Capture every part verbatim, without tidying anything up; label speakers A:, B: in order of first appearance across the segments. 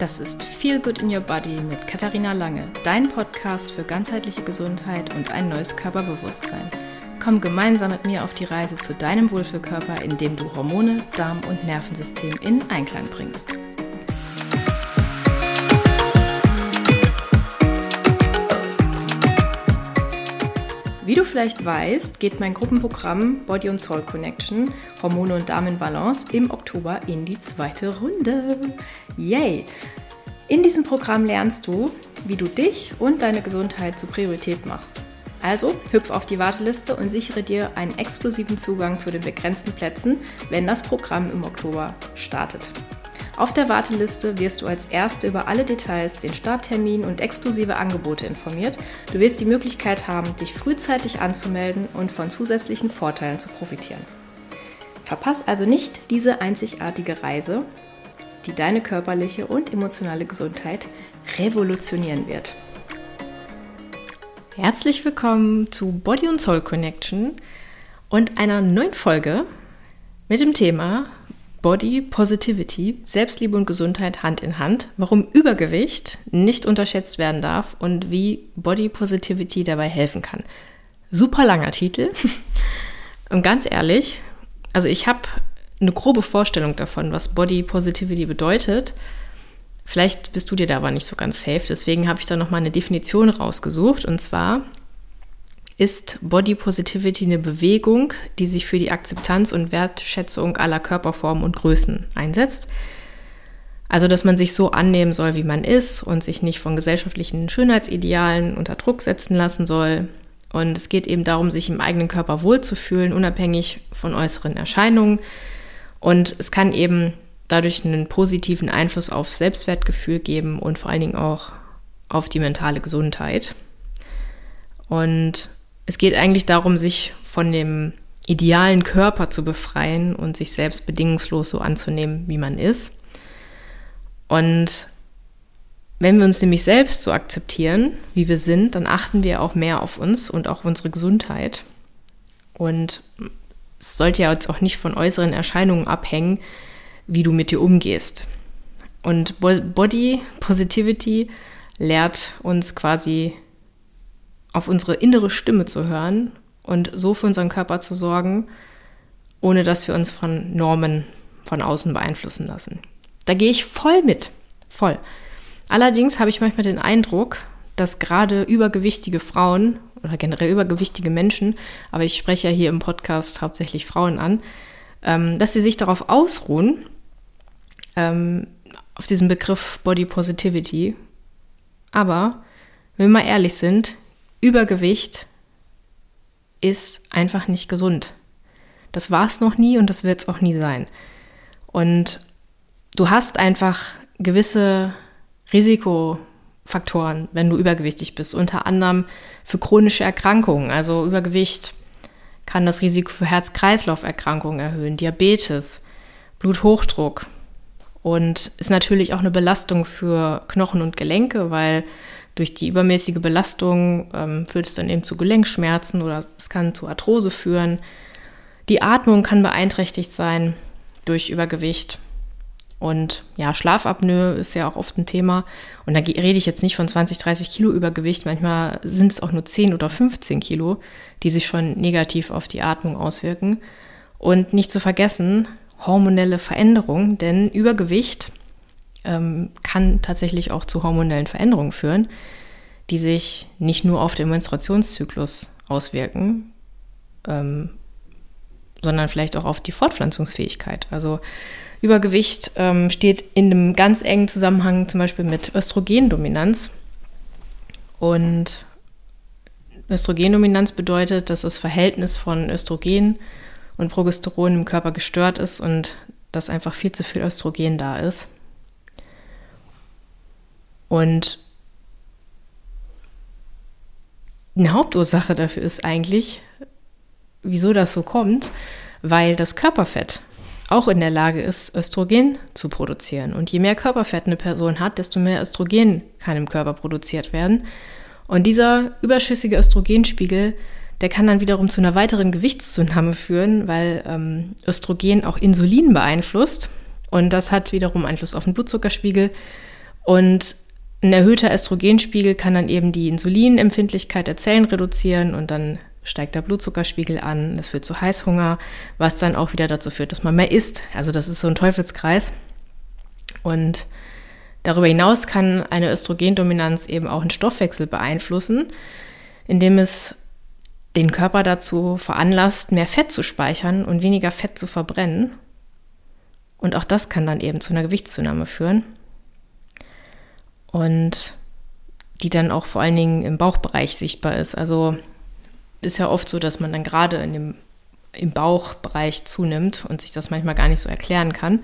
A: Das ist Feel Good in Your Body mit Katharina Lange, dein Podcast für ganzheitliche Gesundheit und ein neues Körperbewusstsein. Komm gemeinsam mit mir auf die Reise zu deinem Wohlfühlkörper, indem du Hormone, Darm- und Nervensystem in Einklang bringst. Wie du vielleicht weißt, geht mein Gruppenprogramm Body und Soul Connection, Hormone und Darm in Balance im Oktober in die zweite Runde. Yay! In diesem Programm lernst du, wie du dich und deine Gesundheit zur Priorität machst. Also hüpf auf die Warteliste und sichere dir einen exklusiven Zugang zu den begrenzten Plätzen, wenn das Programm im Oktober startet. Auf der Warteliste wirst du als Erste über alle Details, den Starttermin und exklusive Angebote informiert. Du wirst die Möglichkeit haben, dich frühzeitig anzumelden und von zusätzlichen Vorteilen zu profitieren. Verpass also nicht diese einzigartige Reise, die deine körperliche und emotionale Gesundheit revolutionieren wird. Herzlich willkommen zu Body und Soul Connection und einer neuen Folge mit dem Thema Body Positivity, Selbstliebe und Gesundheit Hand in Hand, warum Übergewicht nicht unterschätzt werden darf und wie Body Positivity dabei helfen kann. Super langer Titel und ganz ehrlich, also ich habe eine grobe Vorstellung davon, was Body Positivity bedeutet. Vielleicht bist du dir da aber nicht so ganz safe, deswegen habe ich da nochmal eine Definition rausgesucht und zwar ist Body Positivity eine Bewegung, die sich für die Akzeptanz und Wertschätzung aller Körperformen und Größen einsetzt. Also, dass man sich so annehmen soll, wie man ist und sich nicht von gesellschaftlichen Schönheitsidealen unter Druck setzen lassen soll. Und es geht eben darum, sich im eigenen Körper wohlzufühlen, unabhängig von äußeren Erscheinungen. Und es kann eben dadurch einen positiven Einfluss auf Selbstwertgefühl geben und vor allen Dingen auch auf die mentale Gesundheit. Und es geht eigentlich darum, sich von dem idealen Körper zu befreien und sich selbst bedingungslos so anzunehmen, wie man ist. Und wenn wir uns nämlich selbst so akzeptieren, wie wir sind, dann achten wir auch mehr auf uns und auch auf unsere Gesundheit. Und es sollte ja jetzt auch nicht von äußeren Erscheinungen abhängen, wie du mit dir umgehst. Und Body Positivity lehrt uns quasi auf unsere innere Stimme zu hören und so für unseren Körper zu sorgen, ohne dass wir uns von Normen von außen beeinflussen lassen. Da gehe ich voll mit, voll. Allerdings habe ich manchmal den Eindruck, dass gerade übergewichtige Frauen oder generell übergewichtige Menschen, aber ich spreche ja hier im Podcast hauptsächlich Frauen an, ähm, dass sie sich darauf ausruhen, ähm, auf diesen Begriff Body Positivity. Aber, wenn wir mal ehrlich sind, Übergewicht ist einfach nicht gesund. Das war es noch nie und das wird es auch nie sein. Und du hast einfach gewisse Risikofaktoren, wenn du übergewichtig bist, unter anderem für chronische Erkrankungen. Also Übergewicht kann das Risiko für Herz-Kreislauf-Erkrankungen erhöhen, Diabetes, Bluthochdruck und ist natürlich auch eine Belastung für Knochen und Gelenke, weil durch die übermäßige Belastung ähm, führt es dann eben zu Gelenkschmerzen oder es kann zu Arthrose führen. Die Atmung kann beeinträchtigt sein durch Übergewicht. Und ja, Schlafapnoe ist ja auch oft ein Thema. Und da rede ich jetzt nicht von zwanzig, dreißig Kilo Übergewicht. Manchmal sind es auch nur zehn oder fünfzehn Kilo, die sich schon negativ auf die Atmung auswirken. Und nicht zu vergessen, hormonelle Veränderungen, denn Übergewicht kann tatsächlich auch zu hormonellen Veränderungen führen, die sich nicht nur auf den Menstruationszyklus auswirken, ähm, sondern vielleicht auch auf die Fortpflanzungsfähigkeit. Also Übergewicht ähm, steht in einem ganz engen Zusammenhang zum Beispiel mit Östrogendominanz. Und Östrogendominanz bedeutet, dass das Verhältnis von Östrogen und Progesteron im Körper gestört ist und dass einfach viel zu viel Östrogen da ist. Und eine Hauptursache dafür ist eigentlich, wieso das so kommt, weil das Körperfett auch in der Lage ist, Östrogen zu produzieren. Und je mehr Körperfett eine Person hat, desto mehr Östrogen kann im Körper produziert werden. Und dieser überschüssige Östrogenspiegel, der kann dann wiederum zu einer weiteren Gewichtszunahme führen, weil ähm, Östrogen auch Insulin beeinflusst. Und das hat wiederum Einfluss auf den Blutzuckerspiegel. Und ein erhöhter Östrogenspiegel kann dann eben die Insulinempfindlichkeit der Zellen reduzieren und dann steigt der Blutzuckerspiegel an. Das führt zu Heißhunger, was dann auch wieder dazu führt, dass man mehr isst. Also das ist so ein Teufelskreis. Und darüber hinaus kann eine Östrogendominanz eben auch den Stoffwechsel beeinflussen, indem es den Körper dazu veranlasst, mehr Fett zu speichern und weniger Fett zu verbrennen. Und auch das kann dann eben zu einer Gewichtszunahme führen. Und die dann auch vor allen Dingen im Bauchbereich sichtbar ist. Also ist ja oft so, dass man dann gerade in dem, im Bauchbereich zunimmt und sich das manchmal gar nicht so erklären kann.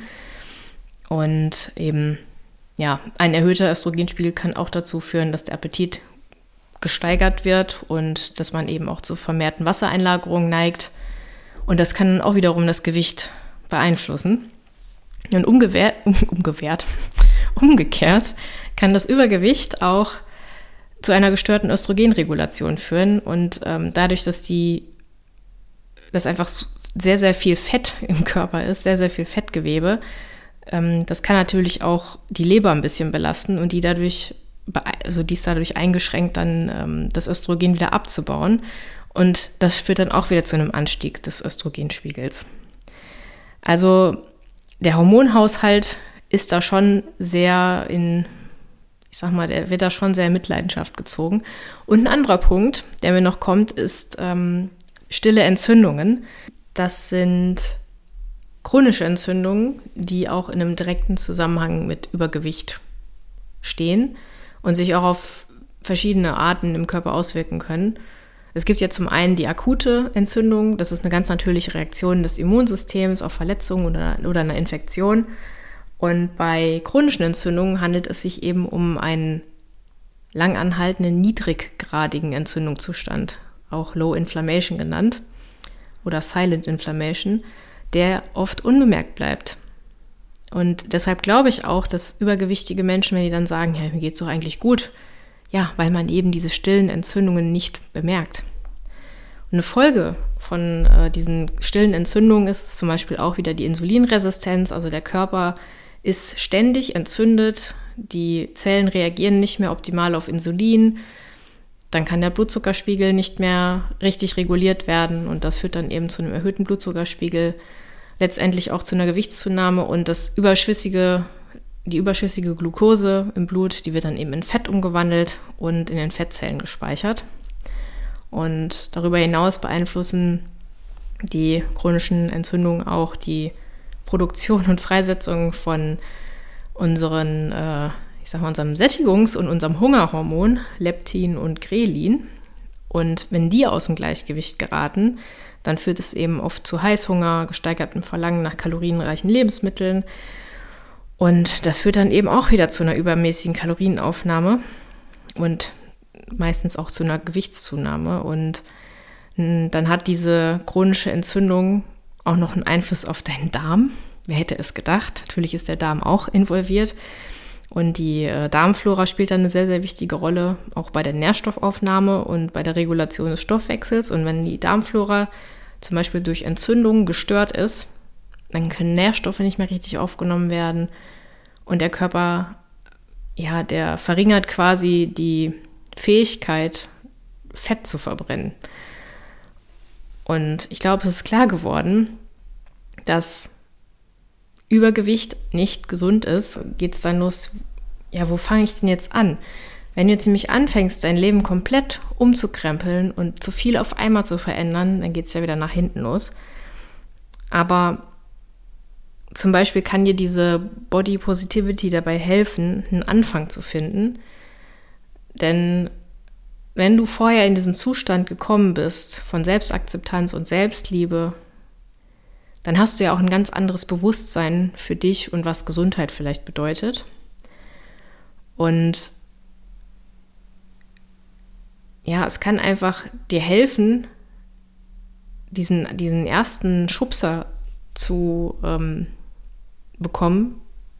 A: Und eben, ja, ein erhöhter Östrogenspiegel kann auch dazu führen, dass der Appetit gesteigert wird und dass man eben auch zu vermehrten Wassereinlagerungen neigt. Und das kann auch wiederum das Gewicht beeinflussen. Und umgewehrt, um, umgewehrt, umgekehrt kann das Übergewicht auch zu einer gestörten Östrogenregulation führen. Und ähm, dadurch, dass die, dass einfach sehr, sehr viel Fett im Körper ist, sehr, sehr viel Fettgewebe, ähm, das kann natürlich auch die Leber ein bisschen belasten und die dadurch also die ist dadurch eingeschränkt, dann ähm, das Östrogen wieder abzubauen. Und das führt dann auch wieder zu einem Anstieg des Östrogenspiegels. Also der Hormonhaushalt ist da schon sehr in, ich sag mal, der wird da schon sehr in Mitleidenschaft gezogen. Und ein anderer Punkt, der mir noch kommt, ist ähm, stille Entzündungen. Das sind chronische Entzündungen, die auch in einem direkten Zusammenhang mit Übergewicht stehen und sich auch auf verschiedene Arten im Körper auswirken können. Es gibt ja zum einen die akute Entzündung, das ist eine ganz natürliche Reaktion des Immunsystems auf Verletzungen oder, oder eine Infektion. Und bei chronischen Entzündungen handelt es sich eben um einen langanhaltenden, niedriggradigen Entzündungszustand, auch Low Inflammation genannt oder Silent Inflammation, der oft unbemerkt bleibt. Und deshalb glaube ich auch, dass übergewichtige Menschen, wenn die dann sagen, ja, mir geht's doch eigentlich gut, ja, weil man eben diese stillen Entzündungen nicht bemerkt. Und eine Folge von äh, diesen stillen Entzündungen ist zum Beispiel auch wieder die Insulinresistenz. Also der Körper ist ständig entzündet, die Zellen reagieren nicht mehr optimal auf Insulin, dann kann der Blutzuckerspiegel nicht mehr richtig reguliert werden und das führt dann eben zu einem erhöhten Blutzuckerspiegel, letztendlich auch zu einer Gewichtszunahme und das überschüssige, die überschüssige Glucose im Blut, die wird dann eben in Fett umgewandelt und in den Fettzellen gespeichert. Und darüber hinaus beeinflussen die chronischen Entzündungen auch die Produktion und Freisetzung von unseren, äh, ich sag mal, unserem Sättigungs- und unserem Hungerhormon Leptin und Grelin. Und wenn die aus dem Gleichgewicht geraten, dann führt es eben oft zu Heißhunger, gesteigertem Verlangen nach kalorienreichen Lebensmitteln. Und das führt dann eben auch wieder zu einer übermäßigen Kalorienaufnahme und meistens auch zu einer Gewichtszunahme. Und dann hat diese chronische Entzündung auch noch einen Einfluss auf deinen Darm. Wer hätte es gedacht? Natürlich ist der Darm auch involviert. Und die äh, Darmflora spielt dann eine sehr, sehr wichtige Rolle, auch bei der Nährstoffaufnahme und bei der Regulation des Stoffwechsels. Und wenn die Darmflora zum Beispiel durch Entzündungen gestört ist, dann können Nährstoffe nicht mehr richtig aufgenommen werden. Und der Körper, ja, der verringert quasi die Fähigkeit, Fett zu verbrennen. Und ich glaube, es ist klar geworden, dass Übergewicht nicht gesund ist. Geht es dann los, ja, wo fange ich denn jetzt an? Wenn du jetzt nämlich anfängst, dein Leben komplett umzukrempeln und zu viel auf einmal zu verändern, dann geht es ja wieder nach hinten los. Aber zum Beispiel kann dir diese Body Positivity dabei helfen, einen Anfang zu finden. Denn wenn du vorher in diesen Zustand gekommen bist von Selbstakzeptanz und Selbstliebe, dann hast du ja auch ein ganz anderes Bewusstsein für dich und was Gesundheit vielleicht bedeutet. Und ja, es kann einfach dir helfen, diesen, diesen ersten Schubser zu ähm, bekommen,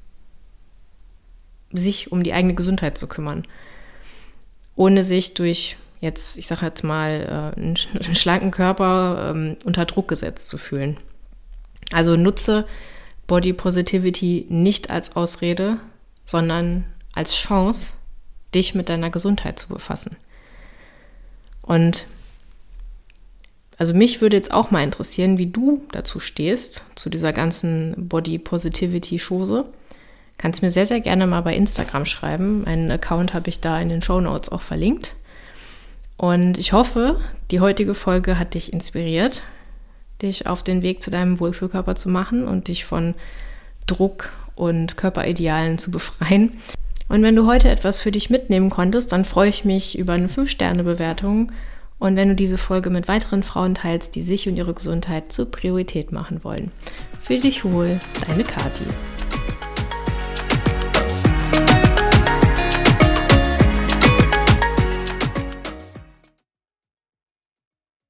A: sich um die eigene Gesundheit zu kümmern. Ohne sich durch jetzt, ich sage jetzt mal, äh, einen, einen schlanken Körper ähm, unter Druck gesetzt zu fühlen. Also nutze Body Positivity nicht als Ausrede, sondern als Chance, dich mit deiner Gesundheit zu befassen. Und also mich würde jetzt auch mal interessieren, wie du dazu stehst, zu dieser ganzen Body Positivity-Chose. Kannst mir sehr, sehr gerne mal bei Instagram schreiben. Einen Account habe ich da in den Shownotes auch verlinkt. Und ich hoffe, die heutige Folge hat dich inspiriert, dich auf den Weg zu deinem Wohlfühlkörper zu machen und dich von Druck und Körperidealen zu befreien. Und wenn du heute etwas für dich mitnehmen konntest, dann freue ich mich über eine fünf Sterne Bewertung und wenn du diese Folge mit weiteren Frauen teilst, die sich und ihre Gesundheit zur Priorität machen wollen. Fühl dich wohl, deine Kathi.